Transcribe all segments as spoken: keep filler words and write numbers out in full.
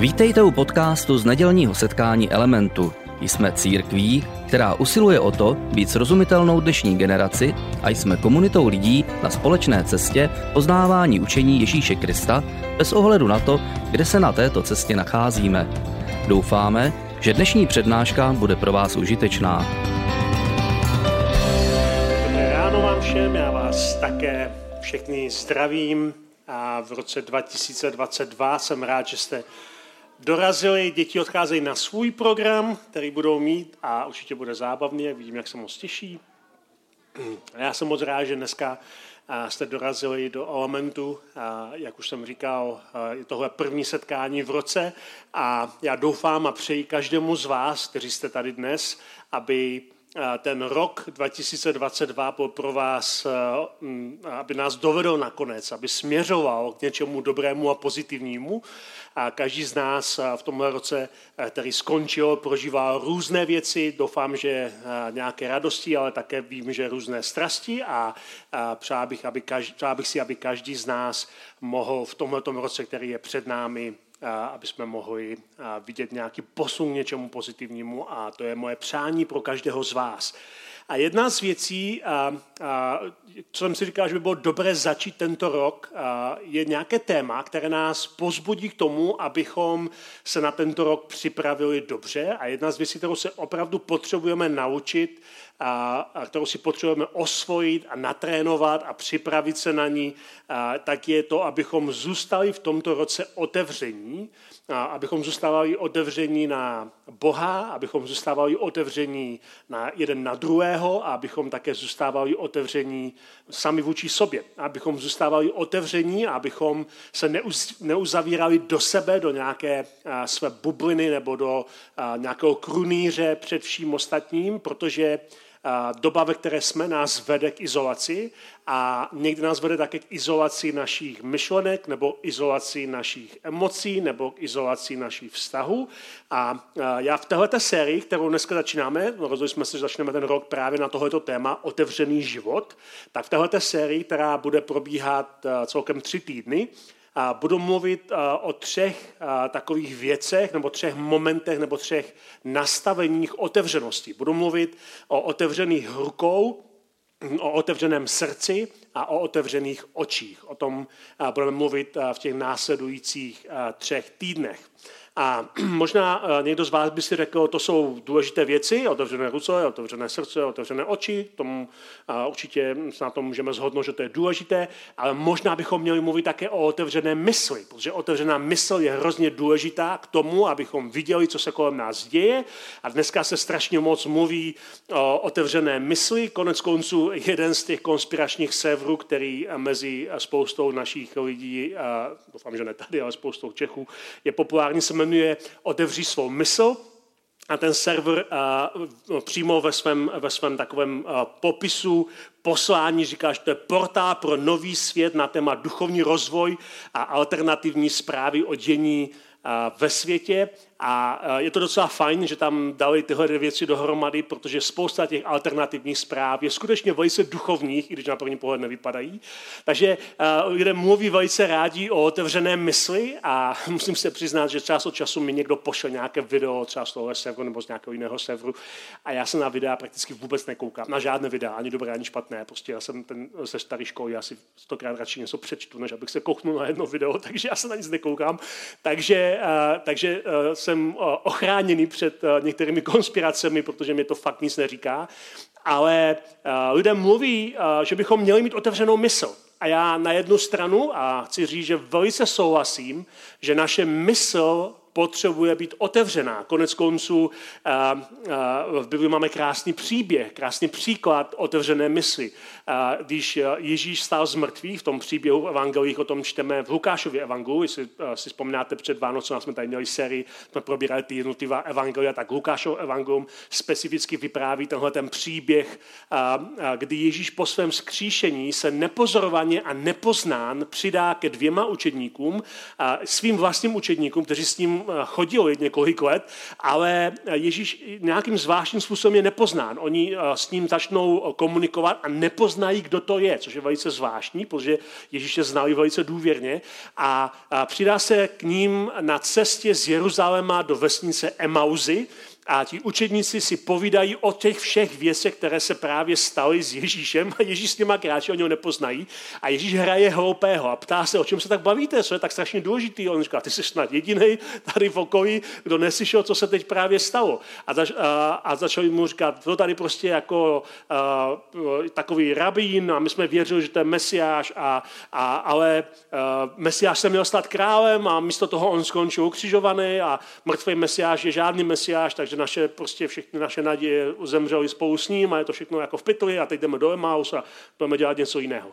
Vítejte u podcastu z nedělního setkání Elementu. Jsme církví, která usiluje o to být srozumitelnou dnešní generaci a jsme komunitou lidí na společné cestě poznávání učení Ježíše Krista bez ohledu na to, kde se na této cestě nacházíme. Doufáme, že dnešní přednáška bude pro vás užitečná. Dobré ráno vám všem, já vás také všechny zdravím a v roce dva tisíce dvacet dva jsem rád, že jste dorazili, děti odcházejí na svůj program, který budou mít a určitě bude zábavný, jak vidím, jak se moc těší. Já jsem moc rád, že dneska jste dorazili do Elementu, jak už jsem říkal, je tohle první setkání v roce a já doufám a přeji každému z vás, kteří jste tady dnes, aby ten rok dva tisíce dvacet dva byl pro vás, aby nás dovedl nakonec, aby směřoval k něčemu dobrému a pozitivnímu. A každý z nás v tomhle roce, který skončil, prožíval různé věci. Doufám, že nějaké radosti, ale také vím, že různé strasti a přál bych, aby každý, přál bych si, aby každý z nás mohl v tomhletom roce, který je před námi, aby jsme mohli vidět nějaký posun k něčemu pozitivnímu a to je moje přání pro každého z vás. A jedna z věcí, a, a, co jsem si říkal, že by bylo dobré začít tento rok, a, je nějaké téma, které nás pozbudí k tomu, abychom se na tento rok připravili dobře. A jedna z věcí, kterou se opravdu potřebujeme naučit, a, a kterou si potřebujeme osvojit a natrénovat a připravit se na ní, a, tak je to, abychom zůstali v tomto roce otevření, a, abychom zůstávali otevření na Boha, abychom zůstávali otevření na jeden na druhého a abychom také zůstávali otevření sami vůči sobě. Abychom zůstávali otevření a abychom se neuz, neuzavírali do sebe, do nějaké a, své bubliny nebo do a, nějakého krunýře před vším ostatním, protože doba, ve které jsme, nás vede k izolaci a někdy nás vede také k izolaci našich myšlenek nebo izolaci našich emocí nebo k izolaci našich vztahů. A já v téhleté sérii, kterou dneska začínáme, rozhodli jsme se, že začneme ten rok právě na tohleto téma otevřený život, tak v téhleté sérii, která bude probíhat celkem tři týdny, a budu mluvit o třech takových věcech, nebo třech momentech, nebo třech nastaveních otevřenosti. Budu mluvit o otevřených rukou, o otevřeném srdci a o otevřených očích. O tom budeme mluvit v těch následujících třech týdnech. A možná někdo z vás by si řekl, to jsou důležité věci, otevřené ruce, otevřené srdce, otevřené oči, tomu určitě se na tom můžeme shodnout, že to je důležité, ale možná bychom měli mluvit také o otevřené mysli, protože otevřená mysl je hrozně důležitá k tomu, abychom viděli, co se kolem nás děje. A dneska se strašně moc mluví o otevřené mysli, konec konců jeden z těch konspiračních serverů, který mezi spoustou našich lidí, doufám, že ne tady, ale spoustou Čechů, je populární, se jmenuje Otevři svou mysl a ten server uh, přímo ve svém, ve svém takovém uh, popisu poslání říká, že to je portál pro nový svět na téma duchovní rozvoj a alternativní zprávy o dění uh, ve světě. A je to docela fajn, že tam dali tyhle věci dohromady, protože spousta těch alternativních zpráv je skutečně velice duchovních, i když na první pohled nevypadají. Takže lidé mluví velice rádi o otevřené mysli a musím se přiznat, že čas od času mi někdo pošle nějaké video třeba z tohohle serveru nebo z nějakého jiného serveru a já se na videa prakticky vůbec nekoukám. Na žádné videa, ani dobré, ani špatné. Prostě já jsem ten ze staré školy, já si stokrát radši něco přečtu, než abych se kouknul na jedno video, takže já se na nic nekoukám. Takže, takže jsem ochráněný před některými konspiracemi, protože mi to fakt nic neříká, ale lidé mluví, že bychom měli mít otevřenou mysl. A já na jednu stranu, a chci říct, že velice souhlasím, že naše mysl potřebuje být otevřená. Konec konců v Bibli máme krásný příběh, krásný příklad otevřené mysli. Když Ježíš stál z mrtvých, v tom příběhu v evangelích o tom čteme v Lukášově evangeliu, jestli si vzpomínáte před Vánocem, jsme tady měli sérii, jsme probírali ty jednotlivá evangelia, tak Lukášovo evangelium specificky vypráví tenhle ten příběh, kdy Ježíš po svém vzkříšení se nepozorovaně a nepoznán přidá ke dvěma učedníkům, svým vlastním učedníkům, kteří s ním chodilo několik let, ale Ježíš nějakým zvláštním způsobem je nepoznán. Oni s ním začnou komunikovat a nepoznají, kdo to je, což je velice zvláštní, protože Ježíše znali velice důvěrně a přidá se k ním na cestě z Jeruzaléma do vesnice Emauzy, a ti učedníci si povídají o těch všech věcech, které se právě staly s Ježíšem a Ježíš s nima kráčí, oni ho nepoznají a Ježíš hraje hloupého a ptá se, o čem se tak bavíte, co je tak strašně důležitý. On říká, ty jsi snad jedinej tady v okolí, kdo neslyšel, co se teď právě stalo. A, zač, a, a začali mu říkat, to tady prostě jako a, takový rabín a my jsme věřili, že to je Mesiáš, a, a, ale a, Mesiáš se měl stát králem a místo toho on skončil ukřižovaný a mrtvý Mesiáš je žádný Mesiáš, takže naše, prostě všechny naše naděje zemřely spolu s ním a je to všechno jako v pytli a teď jdeme do Emaus a budeme dělat něco jiného.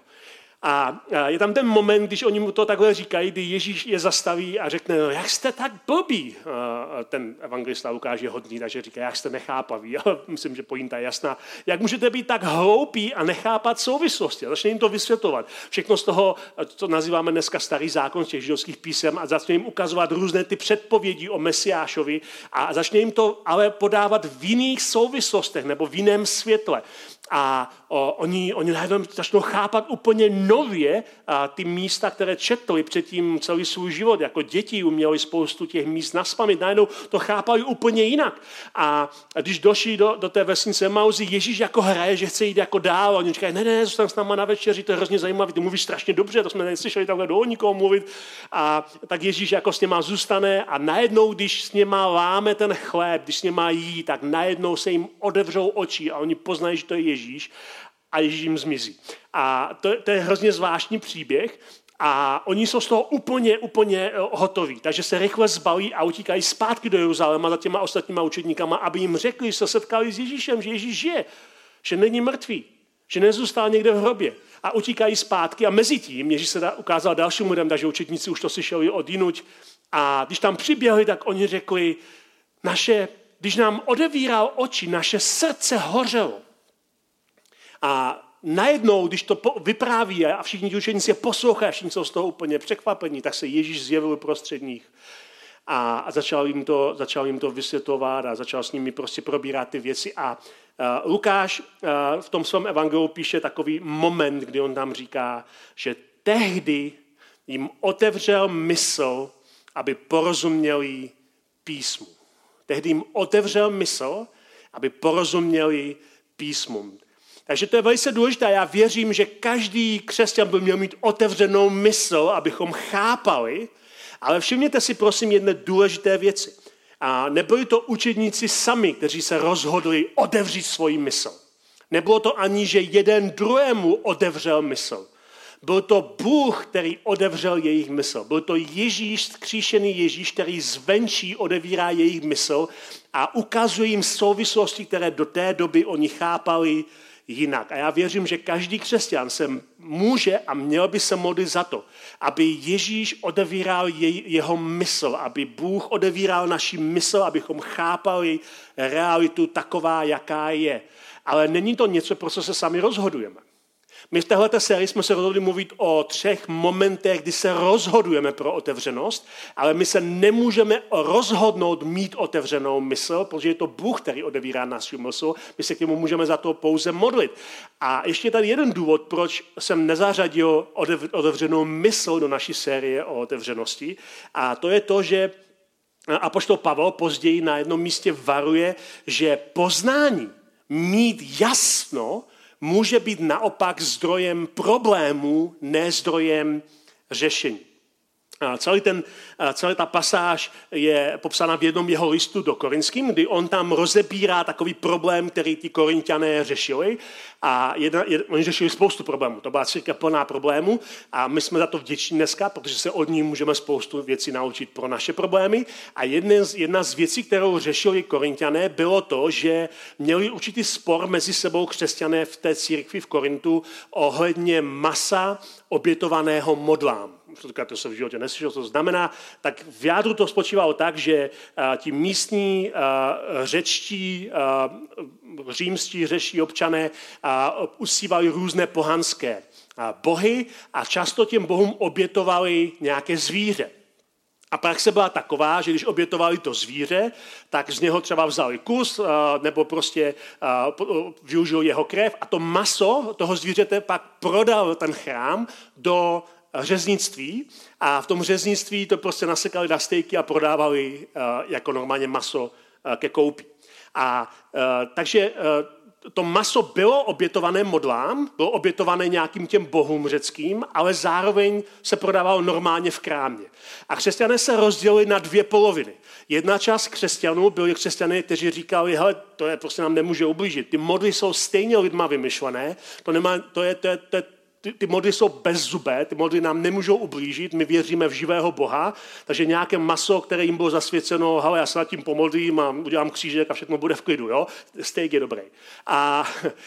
A je tam ten moment, když oni mu to takhle říkají, kdy Ježíš je zastaví a řekne, no, jak jste tak blbí. Ten evangelista Lukáš je hodný, takže říká, jak jste nechápaví. Ale myslím, že pointa je jasná. Jak můžete být tak hloupí a nechápat souvislosti? A začne jim to vysvětlovat. Všechno z toho, co nazýváme dneska starý zákon z těch židovských písem, a začne jim ukazovat různé ty předpovědi o Mesiášovi a začne jim to ale podávat v jiných souvislostech nebo v jiném světle. A o, oni, oni najednou začnou chápat úplně nově a, ty místa, které četli předtím celý svůj život. Jako děti uměli spoustu těch míst naspamět. Najednou to chápali úplně jinak. A, a když došli do, do té vesnice Emauzy, Ježíš jako hraje, že chce jít jako dál. A oni říkají, ne, ne, zůstaň s náma na večeři, to je hrozně zajímavé, ty mluvíš strašně dobře, to jsme neslyšeli takhle do nikoho mluvit. A tak Ježíš jako s něma zůstane a najednou, když s něma láme ten chléb, když s něma jí, tak najednou se jim otevřou oči a oni poznají, že to je Ježíš. Ježíš a Ježíš jim zmizí. A to, to je hrozně zvláštní příběh a oni jsou z toho úplně, úplně hotoví. Takže se rychle zbalí a utíkají zpátky do Jeruzaléma za těma ostatníma učedníkama, aby jim řekli, že se setkali s Ježíšem, že Ježíš žije, že není mrtvý, že nezůstal někde v hrobě. A utíkají zpátky a mezi tím Ježíš se ukázal dalším lidem, takže učedníci už to slyšeli odjinuť. A když tam přiběhli, tak oni řekli, naše, když nám odevíral oči, naše srdce hořelo. A najednou, když to vypráví a všichni ti učeníci je poslouchají, všichni jsou z toho úplně překvapení, tak se Ježíš zjevil prostřed nich a, a začal, jim to, začal jim to vysvětlovat a začal s nimi prostě probírat ty věci. A uh, Lukáš uh, v tom svém evangeliu píše takový moment, kdy on tam říká, že tehdy jim otevřel mysl, aby porozuměli písmu. Tehdy jim otevřel mysl, aby porozuměli písmu. Takže to je velice důležité. Já věřím, že každý křesťan by měl mít otevřenou mysl, abychom chápali, ale všimněte si prosím jedné důležité věci. A nebyli to učedníci sami, kteří se rozhodli otevřít svoji mysl. Nebylo to ani, že jeden druhému otevřel mysl. Byl to Bůh, který otevřel jejich mysl. Byl to Ježíš, vzkříšený Ježíš, který zvenčí otevírá jejich mysl a ukazuje jim souvislosti, které do té doby oni chápali jinak. A já věřím, že každý křesťan se může a měl by se modlit za to, aby Ježíš otevíral jej, jeho mysl, aby Bůh otevíral naši mysl, abychom chápali realitu taková, jaká je. Ale není to něco, pro co se sami rozhodujeme. My v této sérii jsme se rozhodli mluvit o třech momentech, kdy se rozhodujeme pro otevřenost, ale my se nemůžeme rozhodnout mít otevřenou mysl, protože je to Bůh, který otevírá naši mysl. My se k němu můžeme za to pouze modlit. A ještě je tady jeden důvod, proč jsem nezařadil otevřenou mysl do naší série o otevřenosti. A to je to, že apoštol Pavel později na jednom místě varuje, že poznání, mít jasno, může být naopak zdrojem problémů, ne zdrojem řešení. A celý ten, celá ta pasáž je popsána v jednom jeho listu do Korinským, kdy on tam rozebírá takový problém, který ti Korinťané řešili. A jedna, jed, oni řešili spoustu problémů. To byla církev plná problémů a my jsme za to vděční dneska, protože se od ní můžeme spoustu věcí naučit pro naše problémy. A jedna z, jedna z věcí, kterou řešili Korinťané, bylo to, že měli určitý spor mezi sebou křesťané v té církvi v Korintu ohledně masa obětovaného modlám. To se v životě neslyšel, to znamená, tak v jádru to spočívalo tak, že a, ti místní a, řečtí, a, římští řeší občané a, uctívali různé pohanské a, bohy a často těm bohům obětovali nějaké zvíře. A praxe byla taková, že když obětovali to zvíře, tak z něho třeba vzali kus nebo prostě využili jeho krev a to maso toho zvířete pak prodal ten chrám do řeznictví a v tom řeznictví to prostě nasekali na stejky a prodávali jako normálně maso ke koupi. A takže to maso bylo obětované modlám, bylo obětované nějakým těm bohům řeckým, ale zároveň se prodávalo normálně v krámě. A křesťané se rozdělili na dvě poloviny. Jedna část křesťanů byli křesťané, kteří říkali, hele, to je prostě nám nemůže ublížit. Ty modly jsou stejně lidma vymyšlené, to, nemá, to je, to je, to je Ty, ty modly jsou bezzubé, ty modly nám nemůžou ublížit, my věříme v živého Boha, takže nějaké maso, které jim bylo zasvěceno, hele, já se nad tím pomodlím a udělám křížek a všechno bude v klidu, jo? Steak je dobrý. A,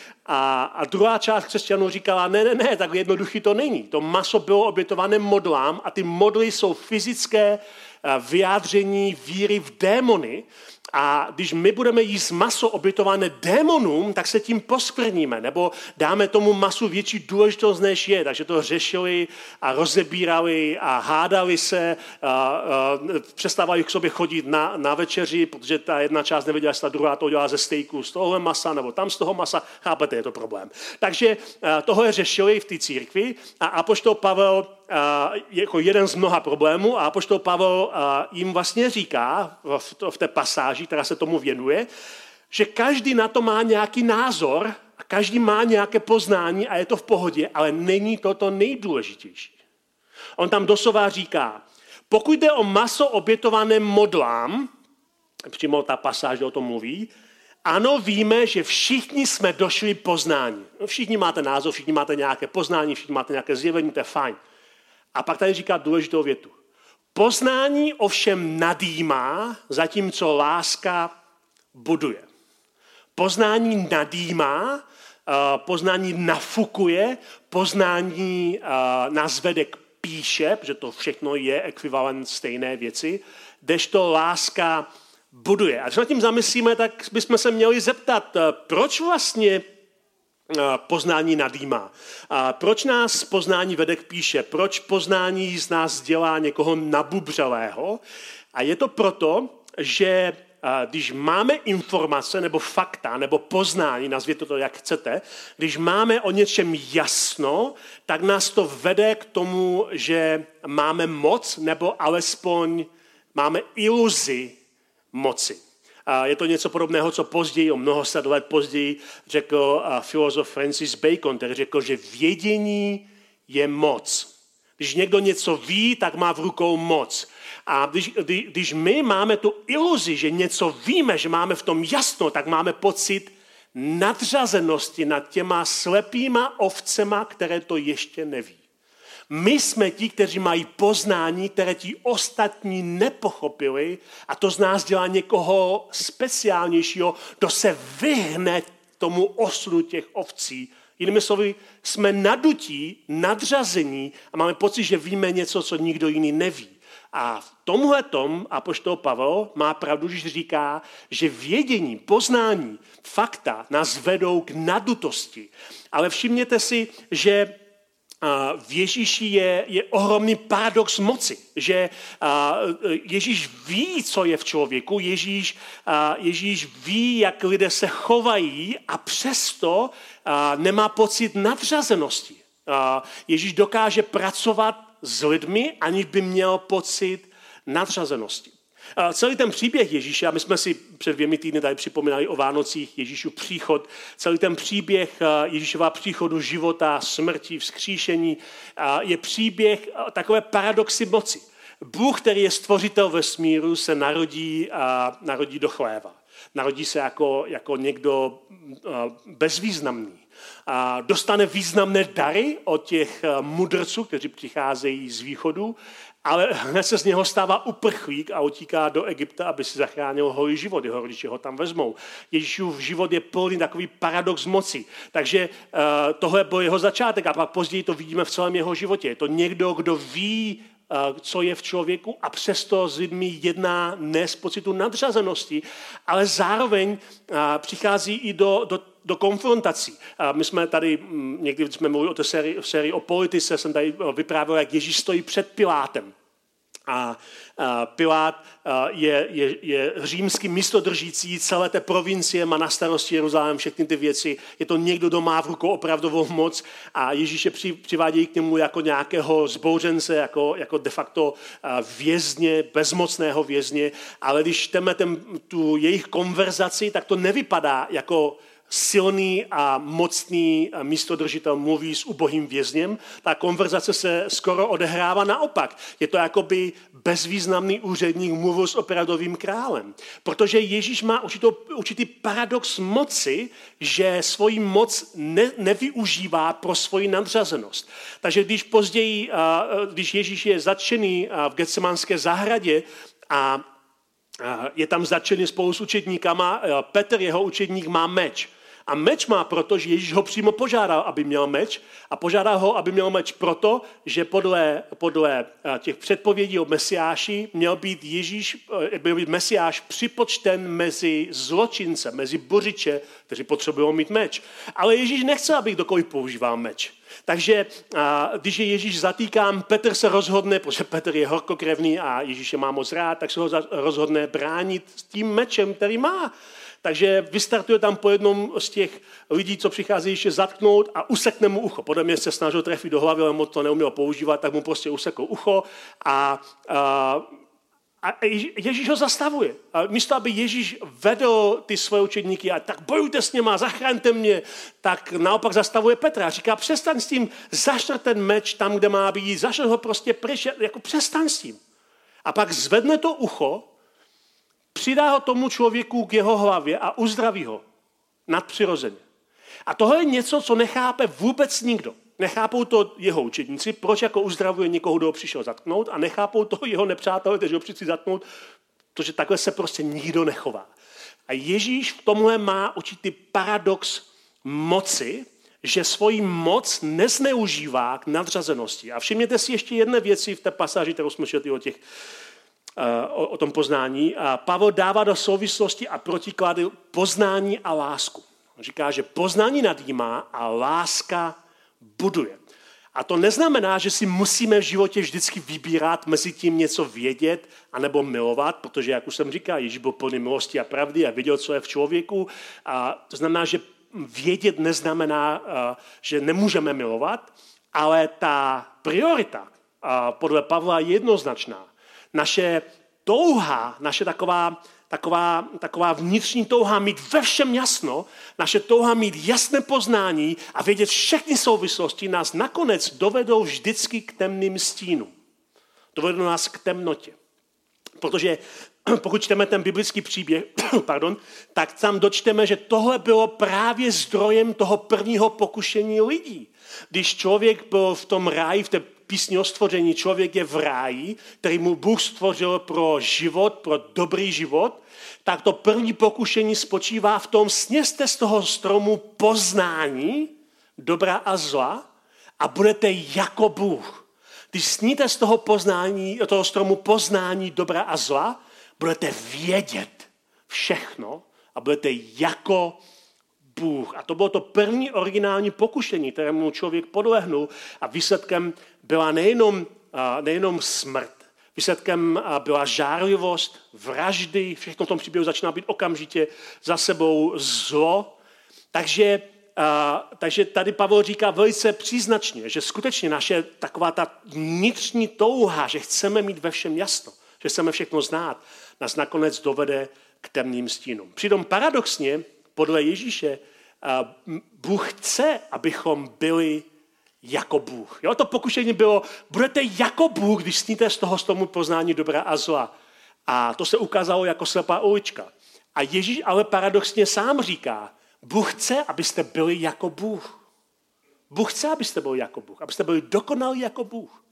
a, a druhá část křesťanů říkala, ne, ne, ne, tak jednoduchý to není. To maso bylo obětované modlám a ty modly jsou fyzické vyjádření víry v démony. A když my budeme jíst maso obětované démonům, tak se tím poskvrníme, nebo dáme tomu masu větší důležitost, než je. Takže to řešili a rozebírali a hádali se, a, a, přestávali k sobě chodit na, na večeři, protože ta jedna část nevěděla, jestli ta druhá to dělá ze stejku z tohohle masa, nebo tam z toho masa. Chápete, je to problém. Takže a, tohle řešili v té církvi a apoštol Pavel Uh, jako jeden z mnoha problémů a apoštol Pavel uh, jim vlastně říká v, to, v té pasáži, která se tomu věnuje, že každý na to má nějaký názor a každý má nějaké poznání a je to v pohodě, ale není to to nejdůležitější. On tam doslova říká, pokud jde o maso obětované modlám, přímo ta pasáž o tom mluví, ano, víme, že všichni jsme došli poznání. Všichni máte názor, všichni máte nějaké poznání, všichni máte nějaké zjevení, to je fajn. A pak tady říká důležitou větu. Poznání ovšem nadýmá, zatímco láska buduje. Poznání nadýmá, poznání nafukuje, poznání nás vede k píše, protože to všechno je ekvivalent stejné věci, kdežto láska buduje. A když nad tím zamyslíme, tak bychom se měli zeptat, proč vlastně poznání nadýmá. A proč nás poznání vede k píše? Proč poznání z nás dělá někoho nabubřelého? A je to proto, že když máme informace nebo fakta nebo poznání, nazvěte to jak chcete, když máme o něčem jasno, tak nás to vede k tomu, že máme moc nebo alespoň máme iluzi moci. Je to něco podobného, co později, o mnoho set let později, řekl filozof Francis Bacon, který řekl, že vědění je moc. Když někdo něco ví, tak má v rukou moc. A když, když my máme tu iluzi, že něco víme, že máme v tom jasno, tak máme pocit nadřazenosti nad těma slepýma ovcema, které to ještě neví. My jsme ti, kteří mají poznání, které ti ostatní nepochopili a to z nás dělá někoho speciálnějšího, kdo se vyhne tomu osudu těch ovcí. Jinými slovy, jsme nadutí, nadřazení a máme pocit, že víme něco, co nikdo jiný neví. A v tomhletom apoštol Pavel má pravdu, když říká, že vědění, poznání, fakta nás vedou k nadutosti. Ale všimněte si, že v Ježíši je, je ohromný paradox moci, že Ježíš ví, co je v člověku, Ježíš, Ježíš ví, jak lidé se chovají a přesto nemá pocit nadřazenosti. Ježíš dokáže pracovat s lidmi, aniž by měl pocit nadřazenosti. Celý ten příběh Ježíše, a my jsme si před dvěmi týdny tady připomínali o Vánocích, Ježíšův příchod, celý ten příběh Ježíšova příchodu, života, smrti, vzkříšení, je příběh takové paradoxy moci. Bůh, který je stvořitel vesmíru, se narodí, narodí do chléva. Narodí se jako, jako někdo bezvýznamný. A dostane významné dary od těch mudrců, kteří přicházejí z východu, ale hned se z něho stává uprchlík a utíká do Egypta, aby si zachránil holý život. Jeho rodiče ho tam vezmou. Ježíšův život je plný takový paradox moci. Takže uh, tohle byl jeho začátek a pak později to vidíme v celém jeho životě. Je to někdo, kdo ví, uh, co je v člověku a přesto s lidmi jedná ne z pocitu nadřazenosti, ale zároveň uh, přichází i do, do do konfrontací. A my jsme tady, někdy jsme mluvili o té sérii, sérii o politice, jsem tady vyprávěl, jak Ježíš stojí před Pilátem. A, a Pilát a je, je, je římský místodržící celé té provincie, má na starosti Jeruzalém, všechny ty věci. Je to někdo, kdo má v rukou opravdovou moc a Ježíše při, přivádějí k němu jako nějakého zbouřence, jako, jako de facto vězně, bezmocného vězně. Ale když čteme ten, tu jejich konverzaci, tak to nevypadá jako silný a mocný místodržitel mluví s ubohým vězněm. Ta konverzace se skoro odehrává naopak. Je to jakoby bezvýznamný úředník mluvil s opravdovým králem. Protože Ježíš má určitou, určitý paradox moci, že svoji moc ne, nevyužívá pro svoji nadřazenost. Takže když později, když Ježíš je zatčený v Getsemanské zahradě a je tam zatčený spolu s učedníkama, Petr, jeho učedník, má meč. A meč má proto, že Ježíš ho přímo požádal, aby měl meč. A požádal ho, aby měl meč proto, že podle, podle těch předpovědí o Mesiáši měl být Ježíš, měl být Mesiáš připočten mezi zločince, mezi bořiče, kteří potřebují mít meč. Ale Ježíš nechce, aby kdokoliv používal meč. Takže a, když je Ježíš zatýkám, Petr se rozhodne, protože Petr je horkokrevný a Ježíše má moc rád, tak se ho rozhodne bránit s tím mečem, který má. Takže vystartuje tam po jednom z těch lidí, co přichází ještě zatknout a usekne mu ucho. Podle mě se snažil trefit do hlavy, ale mu to neuměl používat, tak mu prostě usekl ucho a, a, a Ježíš ho zastavuje. A místo, aby Ježíš vedl ty svoje učedníky a tak bojujte s něma, zachraňte mě, tak naopak zastavuje Petra a říká, přestaň s tím, zašle ten meč tam, kde má být, zašle ho prostě pryč, jako přestaň s tím. A pak zvedne to ucho, přidá ho tomu člověku k jeho hlavě a uzdraví ho nadpřirozeně. A tohle je něco, co nechápe vůbec nikdo. Nechápou to jeho učedníci, proč jako uzdravuje někoho, kdo ho přišel zatknout, a nechápou to jeho nepřátelé, kteří ho přišli zatknout, protože takhle se prostě nikdo nechová. A Ježíš v tomhle má určitý paradox moci, že svoji moc nezneužívá k nadřazenosti. A všimněte si ještě jedné věci v té pasáži, kterou jsme četli o těch O, o tom poznání. A Pavel dává do souvislosti a protiklady poznání a lásku. On říká, že poznání nadjímá a láska buduje. A to neznamená, že si musíme v životě vždycky vybírat mezi tím něco vědět anebo milovat, protože, jak už jsem říkal, Ježíš byl plný milosti a pravdy a viděl, co je v člověku. A to znamená, že vědět neznamená, že nemůžeme milovat, ale ta priorita podle Pavla je jednoznačná. Naše touha, naše taková, taková, taková vnitřní touha mít ve všem jasno, naše touha mít jasné poznání a vědět všechny souvislosti nás nakonec dovedou vždycky k temným stínům. Dovedou nás k temnotě. Protože pokud čteme ten biblický příběh, pardon, tak tam dočteme, že tohle bylo právě zdrojem toho prvního pokušení lidí. Když člověk byl v tom ráji, v té písni o stvoření, člověk je v ráji, který mu Bůh stvořil pro život, pro dobrý život, tak to první pokušení spočívá v tom, sněste z toho stromu poznání dobra a zla a budete jako Bůh. Když sníte z toho poznání, toho stromu poznání dobra a zla, budete vědět všechno a budete jako Bůh. A to bylo to první originální pokušení, kterému člověk podlehnul a výsledkem byla nejenom, nejenom smrt, výsledkem byla žárlivost, vraždy, všechno v tom příběhu začíná být okamžitě za sebou zlo. Takže, takže tady Pavel říká velice příznačně, že skutečně naše taková ta vnitřní touha, že chceme mít ve všem jasno, že chceme všechno znát, nás nakonec dovede k temným stínům. Přitom paradoxně, podle Ježíše, Bůh chce, abychom byli jako Bůh. Jo, to pokušení bylo, budete jako Bůh, když sníte z toho stromu poznání dobra a zla. A to se ukázalo jako slepá ulička. A Ježíš ale paradoxně sám říká, Bůh chce, abyste byli jako Bůh. Bůh chce, abyste byli jako Bůh, abyste byli dokonalí jako Bůh.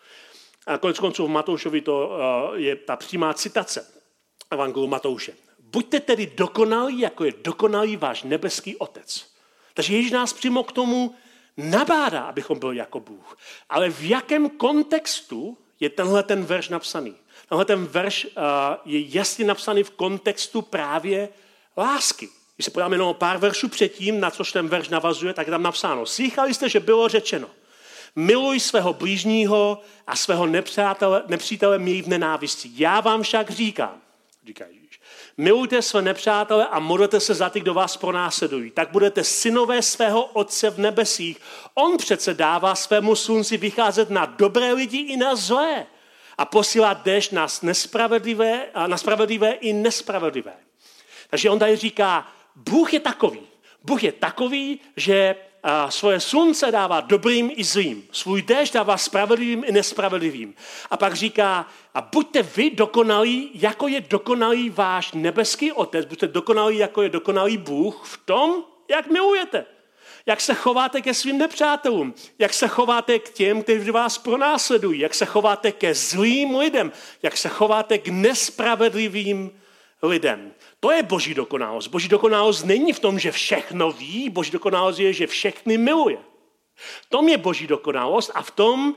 A konec konců v Matoušovi to je ta přímá citace Evangeliu Matouše. Buďte tedy dokonalí, jako je dokonalý váš nebeský Otec. Takže Ježíš nás přímo k tomu nabádá, abychom byli jako Bůh. Ale v jakém kontextu je tenhle ten verš napsaný? Tenhle ten verš uh, je jasně napsaný v kontextu právě lásky. Když se podíváme jenom pár veršů předtím, na což ten verš navazuje, tak je tam napsáno. Slychali jste, že bylo řečeno. Miluj svého blížního a svého nepřátele, nepřítele měj v nenávisti. Já vám však říkám, říká Ježíš, milujte své nepřátele a modlete se za ty, kdo vás pronásledují. Tak budete synové svého Otce v nebesích. On přece dává svému slunci vycházet na dobré lidi i na zlé a posílá déšť na nespravedlivé, na spravedlivé i nespravedlivé. Takže on tady říká, Bůh je takový. Bůh je takový, že a svoje slunce dává dobrým i zlým. Svůj déšť dává spravedlivým i nespravedlivým. A pak říká, a buďte vy dokonalí, jako je dokonalý váš nebeský Otec, buďte dokonalí, jako je dokonalý Bůh v tom, jak milujete. Jak se chováte ke svým nepřátelům, jak se chováte k těm, kteří vás pronásledují, jak se chováte ke zlým lidem, jak se chováte k nespravedlivým lidem. To je boží dokonalost. Boží dokonalost není v tom, že všechno ví, boží dokonalost je, že všechny miluje. V tom je boží dokonalost a v tom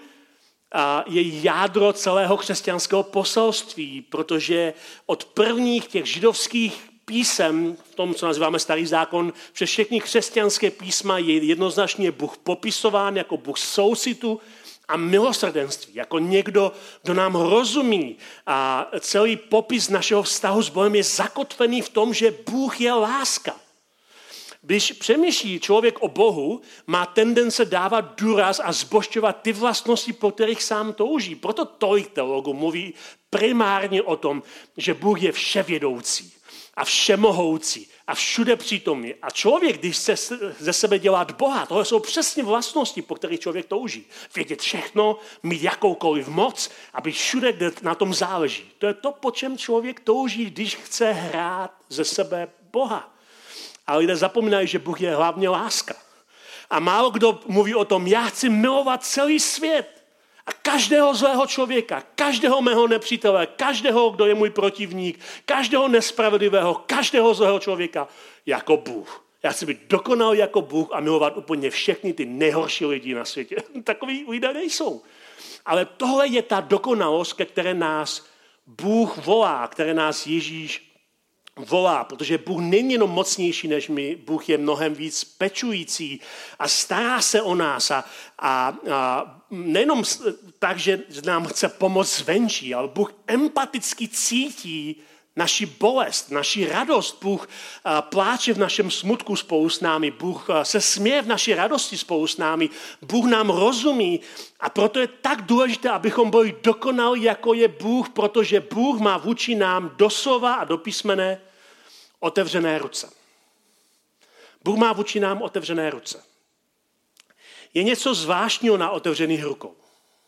je jádro celého křesťanského poselství, protože od prvních těch židovských písem, v tom, co nazýváme Starý zákon, přes všechny křesťanské písma je jednoznačně Bůh popisován jako Bůh soucitu a milosrdenství, jako někdo, kdo nám rozumí. A celý popis našeho vztahu s Bohem je zakotvený v tom, že Bůh je láska. Když přemýšlí člověk o Bohu, má tendence dávat důraz a zbožťovat ty vlastnosti, po kterých sám touží. Proto tolik teologů mluví primárně o tom, že Bůh je vševědoucí a všemohoucí a všude přítomný. A člověk, když se ze sebe dělat Boha, tohle jsou přesně vlastnosti, po kterých člověk touží. Vědět všechno, mít jakoukoliv moc a být všude, kde na tom záleží. To je to, po čem člověk touží, když chce hrát ze sebe Boha. A lidé zapomínají, že Bůh je hlavně láska. A málo kdo mluví o tom, já chci milovat celý svět. A každého zlého člověka, každého mého nepřítele, každého, kdo je můj protivník, každého nespravedlivého, každého zlého člověka jako Bůh. Já chci být dokonalý jako Bůh a milovat úplně všechny ty nejhorší lidi na světě. Takoví lidé nejsou. Ale tohle je ta dokonalost, ke které nás Bůh volá, které nás Ježíš volá, protože Bůh není jenom mocnější než my, Bůh je mnohem víc pečující a stará se o nás a, a, a nejenom tak, že nám chce pomoct zvenčí, ale Bůh empaticky cítí naši bolest, naši radost. Bůh pláče v našem smutku spolu s námi, Bůh se směje v naší radosti spolu s námi, Bůh nám rozumí a proto je tak důležité, abychom byli dokonalí, jako je Bůh, protože Bůh má vůči nám doslova a do písmene otevřené ruce. Bůh má vůči nám otevřené ruce. Je něco zvláštního na otevřených rukou.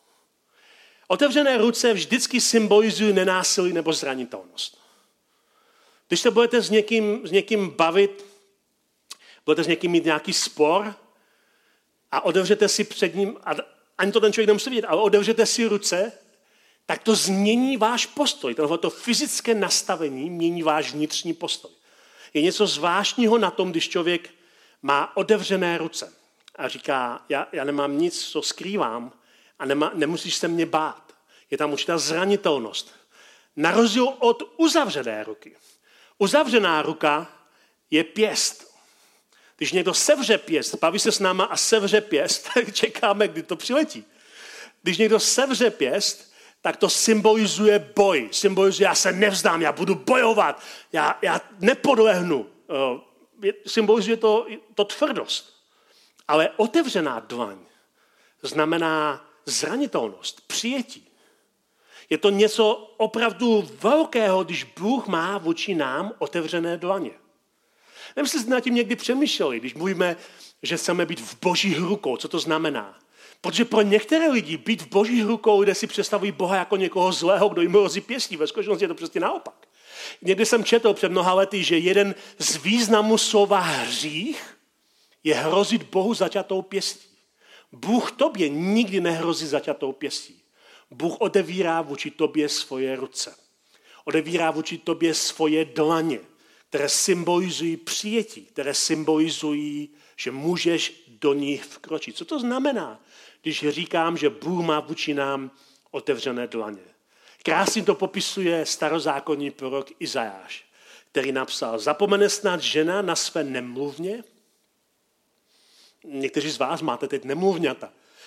Otevřené ruce vždycky symbolizují nenásilí nebo zranitelnost. Když se budete s někým, s někým bavit, budete s někým mít nějaký spor a otevřete si před ním, a ani to ten člověk nemusí vidět, ale otevřete si ruce, tak to změní váš postoj. Tohle fyzické nastavení mění váš vnitřní postoj. Je něco zvláštního na tom, když člověk má otevřené ruce a říká, já, já nemám nic, co skrývám a nemá, nemusíš se mě bát. Je tam určitá zranitelnost. Na rozdíl od uzavřené ruky. Uzavřená ruka je pěst. Když někdo sevře pěst, baví se s náma a sevře pěst, tak čekáme, kdy to přiletí. Když někdo sevře pěst, tak to symbolizuje boj. Symbolizuje, já se nevzdám, já budu bojovat, já, já nepodlehnu. Symbolizuje to, to tvrdost. Ale otevřená dlaň znamená zranitelnost, přijetí. Je to něco opravdu velkého, když Bůh má vůči nám otevřené dlaně. Nevím, jestli jste nad tím někdy přemýšleli, když mluvíme, že chceme být v božích rukou, co to znamená. Protože pro některé lidi být v božích rukou, lidé si představují Boha jako někoho zlého, kdo jim hrozí pěstí. Ve skutečnosti je to přesně naopak. Někdy jsem četl před mnoha lety, že jeden z významů slova hřích je hrozit Bohu zaťatou pěstí. Bůh tobě nikdy nehrozí zaťatou pěstí. Bůh odevírá vůči tobě svoje ruce. Odevírá vůči tobě svoje dlaně, které symbolizují přijetí, které symbolizují, že můžeš do nich vkročit. Co to znamená, když říkám, že Bůh má vůči nám otevřené dlaně? Krásně to popisuje starozákonní prorok Izajáš, který napsal, zapomene snad žena na své nemluvně? Někteří z vás máte teď nemluvňata.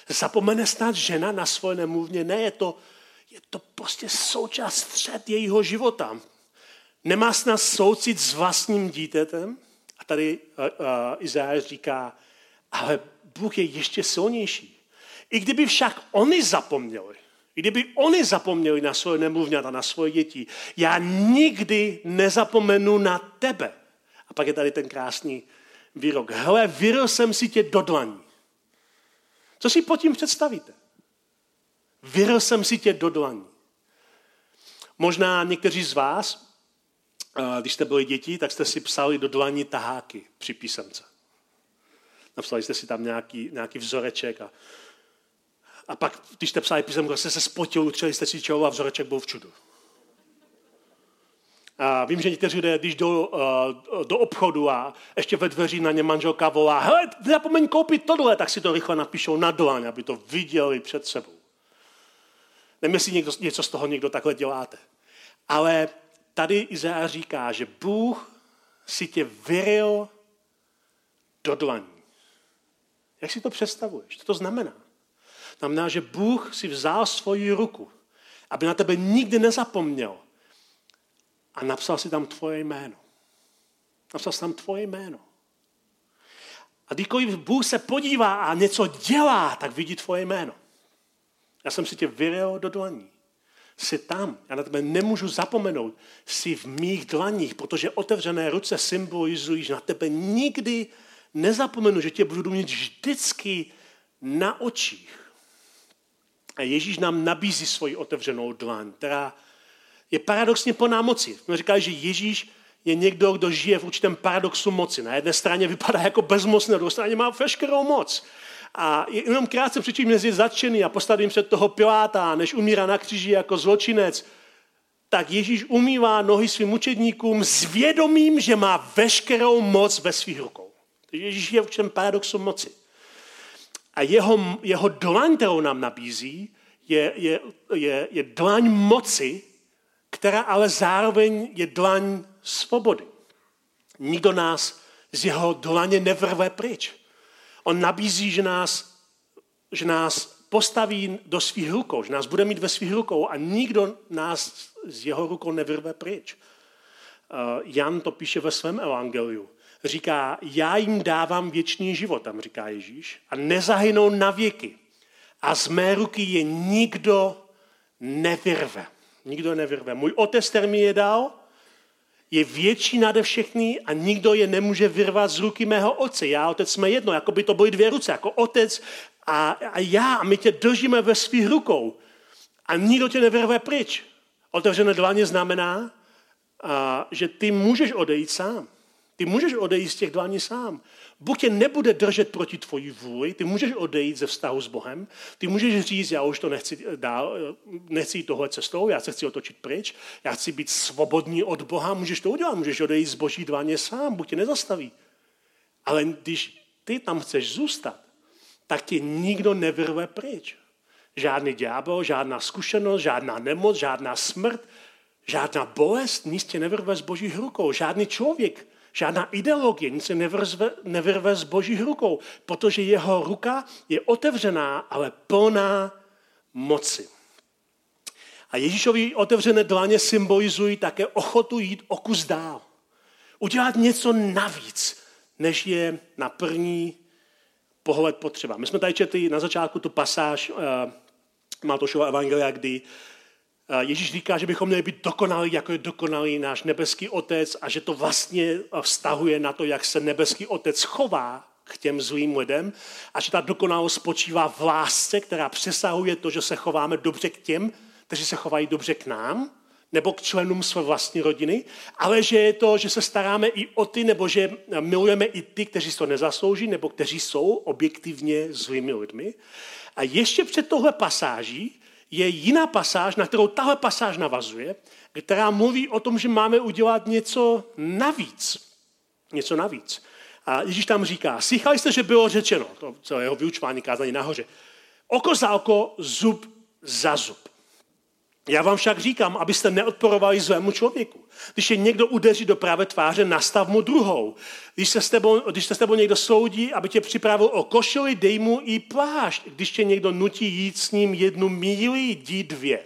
Zapomene snad žena na svoje nemluvně? Ne, je to, je to prostě součást střed jejího života. Nemá snad soucit s vlastním dítětem? A tady uh, uh, Izajáš říká, ale Bůh je ještě silnější. I kdyby však oni zapomněli, i kdyby oni zapomněli na svoje nemluvňata, na svoje děti, já nikdy nezapomenu na tebe. A pak je tady ten krásný výrok. Hele, vyril jsem si tě do dlaní. Co si pod tím představíte? Vyril jsem si tě do dlaní. Možná někteří z vás, když jste byli děti, tak jste si psali do dlaní taháky při písemce. Napsali jste si tam nějaký, nějaký vzoreček a, a pak, když jste psali písemku, jste se spotili, utřeli jste si čelo a vzoreček byl v čudu. A vím, že někteří lidé, když jdou uh, do obchodu a ještě ve dveří na ně manželka volá, hele, nezapomeň koupit tohle, tak si to rychle napíšou na dlaň, aby to viděli před sebou. Nevím, jestli někdo, něco z toho někdo takhle děláte. Ale tady Izajáš říká, že Bůh si tě vyril do dlaní. Jak si to představuješ? Co to znamená? Znamená, že Bůh si vzal svoji ruku, aby na tebe nikdy nezapomněl a napsal si tam tvoje jméno. Napsal si tam tvoje jméno. A kdykoliv Bůh se podívá a něco dělá, tak vidí tvoje jméno. Já jsem si tě vyril do dlaní. Jsi tam. Já na tebe nemůžu zapomenout. Jsi v mých dlaních, protože otevřené ruce symbolizují, že na tebe nikdy nezapomenu, že tě budu mít vždycky na očích. A Ježíš nám nabízí svoji otevřenou dlaň, která je paradoxně plná moci. My říkali, že Ježíš je někdo, kdo žije v určitém paradoxu moci. Na jedné straně vypadá jako bezmocný, na druhé straně má veškerou moc. A jenom krátce předtím, než je zatčený a postavím před toho Piláta, než umírá na kříži jako zločinec, tak Ježíš umývá nohy svým mučedníkům s vědomím, že má veškerou moc ve svých rukou. Takže Ježíš je v určitém paradoxu moci. A jeho, jeho dlaň, kterou nám nabízí, je, je, je, je dlaň moci, která ale zároveň je dlaň svobody. Nikdo nás z jeho dlaně nevrve pryč. On nabízí, že nás, že nás postaví do svých rukou, že nás bude mít ve svých rukou a nikdo nás z jeho rukou nevrve pryč. Jan to píše ve svém evangeliu. Říká, já jim dávám věčný život, tam říká Ježíš, a nezahynou na věky. A z mé ruky je nikdo nevyrve. Nikdo nevyrve. Můj otec, který mi je dal, je větší nade všechny a nikdo je nemůže vyrvat z ruky mého otce. Já a otec jsme jedno, jako by to byly dvě ruce, jako otec a, a já. A my tě držíme ve svých rukou. A nikdo tě nevyrve pryč. Otevřené dlaně znamená, a, že ty můžeš odejít sám. Ty můžeš odejít z těch dlaní sám. Bůh tě nebude držet proti tvojí vůli, ty můžeš odejít ze vztahu s Bohem, ty můžeš říct, já už to nechci dál, nechci jít tohle cestou, já se chci otočit pryč, já chci být svobodný od Boha, můžeš to udělat, můžeš odejít z Boží dlaně sám, Bůh tě nezastaví. Ale když ty tam chceš zůstat, tak tě nikdo nevyrve pryč. Žádný ďábel, žádná zkušenost, žádná nemoc, žádná smrt, žádná bolest, nic tě nevyrve z Božích rukou, žádný člověk, žádná ideologie, nic se nevyrve, nevyrve z Božích rukou, protože jeho ruka je otevřená, ale plná moci. A Ježíšovi otevřené dlaně symbolizují také ochotu jít o kus dál. Udělat něco navíc, než je na první pohled potřeba. My jsme tady četli na začátku tu pasáž uh, Matoušova evangelia, kdy Ježíš říká, že bychom měli být dokonalí, jako je dokonalý náš nebeský otec a že to vlastně vztahuje na to, jak se nebeský otec chová k těm zlým lidem a že ta dokonalost spočívá v lásce, která přesahuje to, že se chováme dobře k těm, kteří se chovají dobře k nám nebo k členům své vlastní rodiny, ale že je to, že se staráme i o ty, nebo že milujeme i ty, kteří to nezaslouží nebo kteří jsou objektivně zlými lidmi. A ještě před tohle pasáží je jiná pasáž, na kterou tahle pasáž navazuje, která mluví o tom, že máme udělat něco navíc. Něco navíc. A Ježíš tam říká, slychali jste, že bylo řečeno, to celého vyučování kázání nahoře, oko za oko, zub za zub. Já vám však říkám, abyste neodporovali zlému člověku. Když je někdo udeří do pravé tváře, nastav mu druhou. Když se s tebou, když se s tebou někdo soudí, aby tě připravil o košili, dej mu i plášť. Když tě někdo nutí jít s ním jednu míli, jdi dvě.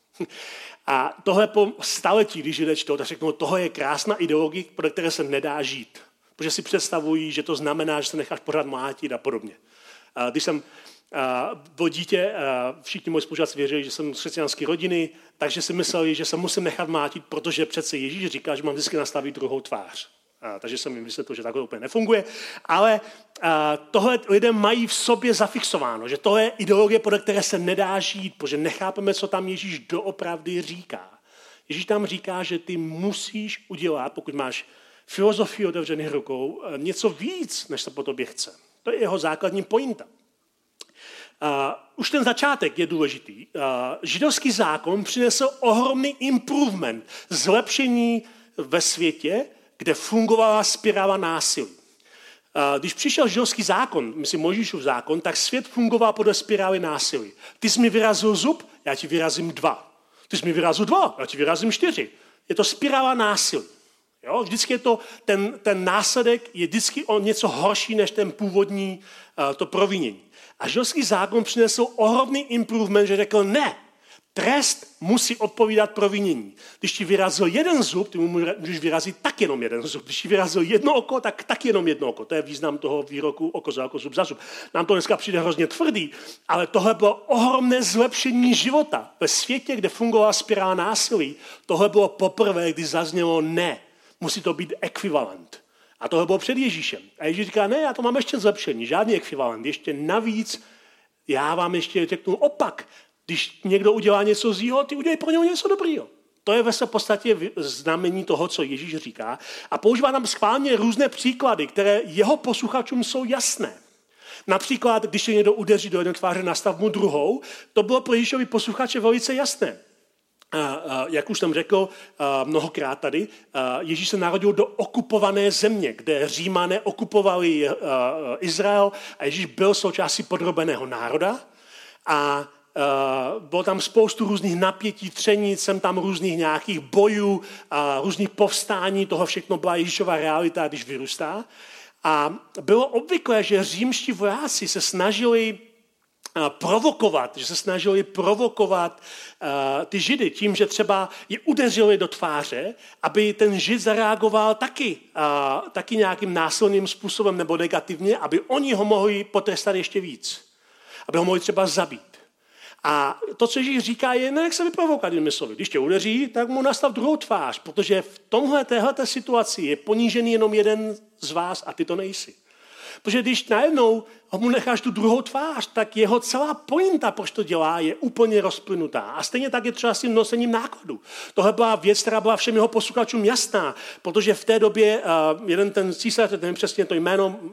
A tohle po staletí, když lidé čtou, tak řeknou, tohle je krásná ideologie, podle které se nedá žít. Protože si představují, že to znamená, že se necháš pořád mlátit a podobně. A když jsem byl dítě, všichni moji spolužáci věřili, že jsem z křesťanské rodiny, takže si mysleli, že se musím nechat mlátit, protože přece Ježíš říká, že mám vždycky nastavit druhou tvář. A, takže jsem jim vysvětlil, že takhle úplně nefunguje. Ale a, tohle lidé mají v sobě zafixováno, že tohle je ideologie, podle které se nedá žít, protože nechápeme, co tam Ježíš doopravdy říká. Ježíš tam říká, že ty musíš udělat, pokud máš filozofii otevřených rukou, něco víc, než se po tobě chce. To je jeho základní pointa. Uh, už ten začátek je důležitý. Uh, židovský zákon přinesl ohromný improvement, zlepšení ve světě, kde fungovala spirála násilí. Uh, když přišel židovský zákon, myslím Mojžíšův zákon, tak svět fungoval podle spirály násilí. Ty jsi mi vyrazil zub, já ti vyrazím dva. Ty jsi mi vyrazil dva, já ti vyrazím čtyři. Je to spirála násilí. Jo? Vždycky je to, ten, ten následek je vždycky o něco horší než ten původní uh, to provinění. A židovský zákon přinesl ohromný improvement, že řekl ne, trest musí odpovídat provinění. Když ti vyrazil jeden zub, ty mu můžeš vyrazit tak jenom jeden zub. Když ti vyrazil jedno oko, tak tak jenom jedno oko. To je význam toho výroku oko za oko, zub za zub. Nám to dneska přijde hrozně tvrdý, ale tohle bylo ohromné zlepšení života. Ve světě, kde fungovala spirála násilí, tohle bylo poprvé, kdy zaznělo ne. Musí to být ekvivalent. A tohle bylo před Ježíšem. A Ježíš říká, ne, já to mám ještě zlepšení, žádný ekvivalent. Ještě navíc, já vám ještě řeknu opak. Když někdo udělá něco zlýho, ty udělej pro něho něco dobrýho. To je ve své podstatě znamení toho, co Ježíš říká. A používá tam schválně různé příklady, které jeho posluchačům jsou jasné. Například, když se někdo udeří do jedné tváře, nastav mu druhou, to bylo pro Ježíšovi posluchače velice jasné. A, a, jak už jsem řekl a, mnohokrát tady, a, Ježíš se narodil do okupované země, kde Římané okupovali a, a, Izrael a Ježíš byl součástí podrobeného národa a Uh, bylo tam spoustu různých napětí, třenic, jsem tam různých nějakých bojů, uh, různých povstání, toho všechno byla Ježíšova realita, když vyrůstá. A bylo obvyklé, že římští vojáci se snažili uh, provokovat, že se snažili provokovat uh, ty Židy tím, že třeba je udeřili do tváře, aby ten Žid zareagoval taky, uh, taky nějakým násilným způsobem nebo negativně, aby oni ho mohli potrestat ještě víc. Aby ho mohli třeba zabít. A to, co Ježíš říká, je, nenech se vyprovokovat jinými slovy. Když tě udeří, tak mu nastav druhou tvář, protože v tomhle téhleté situaci je ponížený jenom jeden z vás a ty to nejsi. Protože když najednou mu necháš tu druhou tvář, tak jeho celá pointa, proč to dělá, je úplně rozplynutá. A stejně tak je třeba s tím nosením nákladu. Tohle byla věc, která byla všem jeho posluchačům jasná, protože v té době uh, jeden ten císař, nevím přesně to jméno, uh,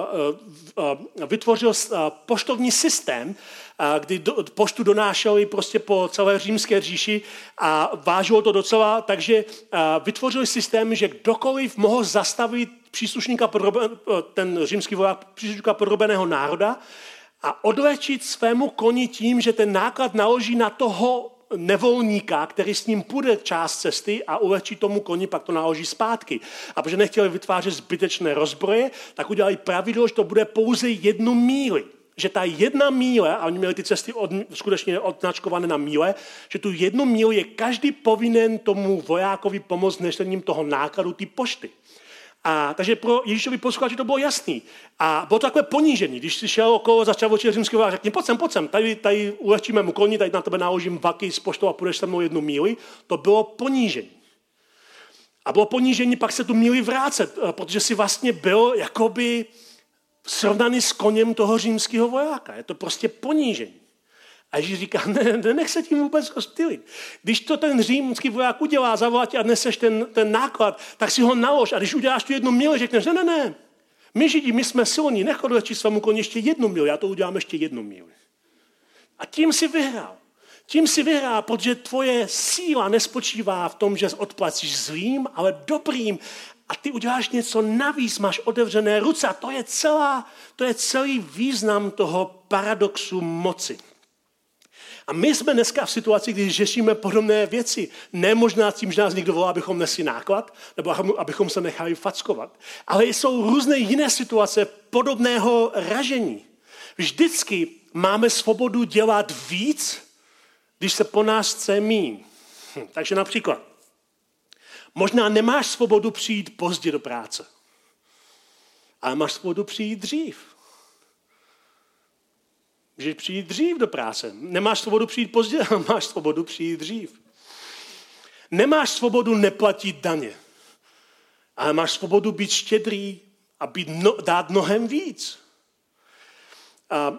uh, vytvořil uh, poštovní systém, uh, kdy do, poštu donášeli prostě po celé římské říši a vážilo to docela, takže uh, vytvořili systém, že kdokoliv mohl zastavit příslušníka, ten římský voják, příslušníka podrobeného národa a odlečit svému koni tím, že ten náklad naloží na toho nevolníka, který s ním půjde část cesty a ulečí tomu koni, pak to naloží zpátky. A protože nechtěli vytvářet zbytečné rozbroje, tak udělali pravidlo, že to bude pouze jednu míli. Že ta jedna míle, a oni měli ty cesty od, skutečně odznačkované na míle, že tu jednu míli je každý povinen tomu vojákovi pomoct nesením toho nákladu té pošty. A, takže pro Ježíšovi posluchači to bylo jasný. A bylo to takové ponížení. Když si šel okolo, začal oči římského vojáka, řekni, pojď sem, pojď sem, tady, tady ulehčíme mu koni, tady na tebe naložím vaky s poštou a půjdeš se mnou jednu míli. To bylo ponížení. A bylo ponížení pak se tu míli vrácet, protože si vlastně byl jakoby srovnaný s koněm toho římského vojáka. Je to prostě ponížení. A Ježíš říká, ne, nech se tím vůbec rozptýlit. Když to ten římský voják udělá, zavolá tě a neseš ten, ten náklad, tak si ho nalož. A když uděláš tu jednu míli, řekneš, ne, ne, ne. My Židi, my jsme silní, nech odlečí svému koni ještě jednu míli, já to udělám ještě jednu míli. A tím si vyhrál. Tím si vyhrál, protože tvoje síla nespočívá v tom, že odplacíš zlým, ale dobrým. A ty uděláš něco navíc, máš otevřené ruce. A to je, celá, to je celý význam toho paradoxu moci. A my jsme dneska v situaci, kdy řešíme podobné věci. Ne možná tím, že nás někdo volá, abychom nesli náklad, nebo abychom se nechali fackovat. Ale jsou různé jiné situace podobného ražení. Vždycky máme svobodu dělat víc, když se po nás chce míň. Hm, takže například, možná nemáš svobodu přijít pozdě do práce, ale máš svobodu přijít dřív. Můžeš přijít dřív do práce. Nemáš svobodu přijít pozdě, ale máš svobodu přijít dřív. Nemáš svobodu neplatit daně, ale máš svobodu být štědrý a být no, dát mnohem víc. A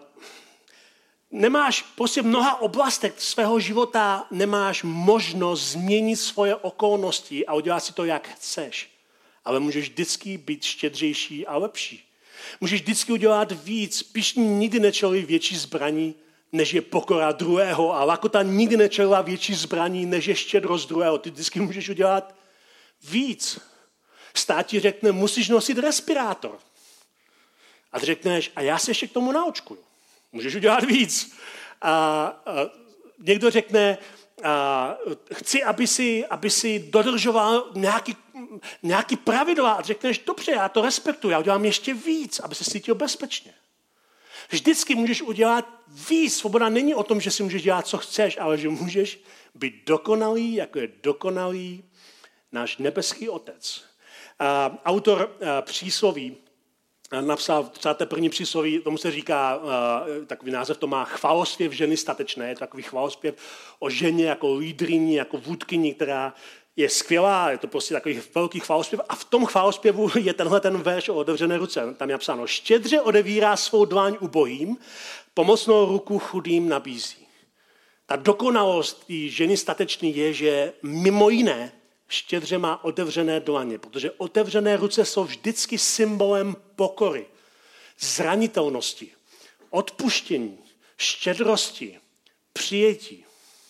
nemáš prostě v mnoha oblastech svého života nemáš možnost změnit svoje okolnosti a udělat si to, jak chceš. Ale můžeš vždycky být štědřejší a lepší. Můžeš vždycky udělat víc. Pišní nikdy nečelí větší zbraní, než je pokora druhého. A lakota nikdy nečelila větší zbraní, než je štědrost druhého. Ty vždycky můžeš udělat víc. Stát ti řekne, musíš nosit respirátor. A ty řekneš, a já se ještě k tomu naočkuju. Můžeš udělat víc. A, a někdo řekne, a, chci, aby si, aby si dodržoval nějaký, nějaký pravidla. A řekneš, dobře, já to respektuju, já udělám ještě víc, aby se cítil bezpečně. Vždycky můžeš udělat víc. Svoboda není o tom, že si můžeš dělat, co chceš, ale že můžeš být dokonalý, jako je dokonalý náš nebeský Otec. A, autor a, přísloví napsal třeba té první přísloví, tomu se říká, uh, takový název to má chválospěv ženy statečné, je to takový chválospěv o ženě jako lídryni, jako vůdkyni, která je skvělá, je to prostě takový velký chválospěv a v tom chválospěvu je tenhle ten verš o otevřené ruce. Tam je napsáno, štědře odevírá svou dlaň ubohým, pomocnou ruku chudým nabízí. Ta dokonalost té ženy statečné je, že mimo jiné štědře má otevřené dlaně, protože otevřené ruce jsou vždycky symbolem pokory, zranitelnosti, odpuštění, štědrosti, přijetí.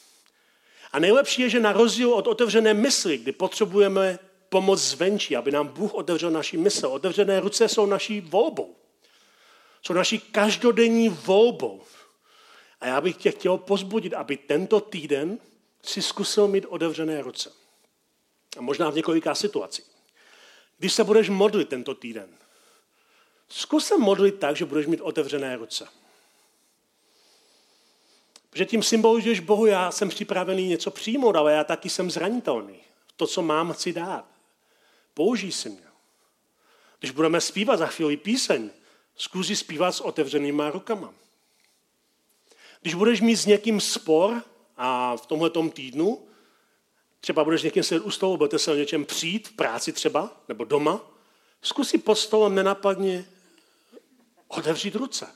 A nejlepší je, že na rozdíl od otevřené mysli, kdy potřebujeme pomoc zvenčí, aby nám Bůh otevřel naši mysl, otevřené ruce jsou naší volbou. Jsou naší každodenní volbou. A já bych tě chtěl pozbudit, aby tento týden si zkusil mít otevřené ruce. A možná v několika situacích. Když se budeš modlit tento týden, zkus se modlit tak, že budeš mít otevřené ruce. Protože tím symbolizuješ Bohu, já jsem připravený něco přijmout, ale já taky jsem zranitelný. To, co mám, chci dát. Použij si mě. Když budeme zpívat za chvíli píseň, zkus zpívat s otevřenýma rukama. Když budeš mít s někým spor a v tomhletom týdnu, třeba budeš někým sedět u stolu, budete se o něčem přijít, v práci třeba, nebo doma, zkus si pod stolem nenapadně otevřít ruce.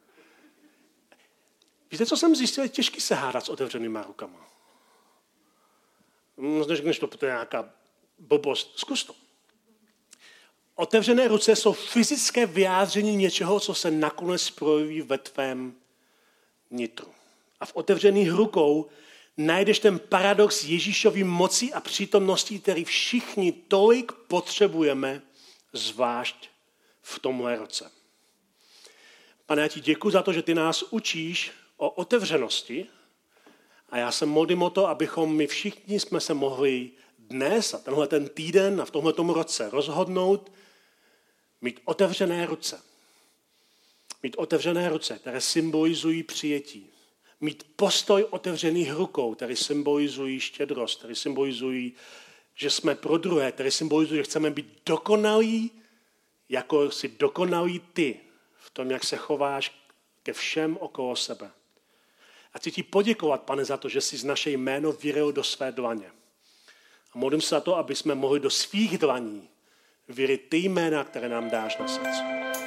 Víte, co jsem zjistil? Je těžký se hádat s otevřenýma rukama. Než to, to je nějaká blbost. Zkus to. Otevřené ruce jsou fyzické vyjádření něčeho, co se nakonec projeví ve tvém nitru. A v otevřených rukou najdeš ten paradox Ježíšovy moci a přítomnosti, který všichni tolik potřebujeme, zvlášť v tomhle roce. Pane, já ti děkuji za to, že ty nás učíš o otevřenosti a já se modlím o to, abychom my všichni jsme se mohli dnes a tenhle ten týden a v tomhletom roce rozhodnout mít otevřené ruce. Mít otevřené ruce, které symbolizují přijetí. Mít postoj otevřených rukou, které symbolizují štědrost, které symbolizují, že jsme pro druhé, které symbolizují, že chceme být dokonalí, jako jsi dokonalý ty v tom, jak se chováš ke všem okolo sebe. A chci ti poděkovat, Pane, za to, že jsi z naše jméno vyryl do své dlaně. A modlím se za to, aby jsme mohli do svých dlaní vyryt ty jména, které nám dáš na srdci.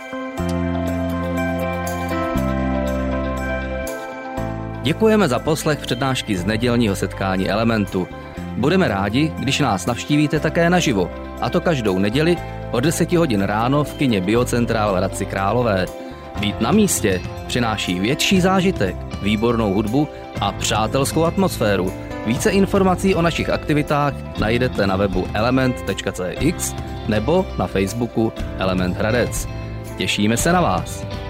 Děkujeme za poslech přednášky z nedělního setkání Elementu. Budeme rádi, když nás navštívíte také naživo, a to každou neděli od deseti hodin ráno v kině Biocentrál v Hradci Králové. Být na místě přináší větší zážitek, výbornou hudbu a přátelskou atmosféru. Více informací o našich aktivitách najdete na webu element tečka cé x nebo na Facebooku Element Hradec. Těšíme se na vás.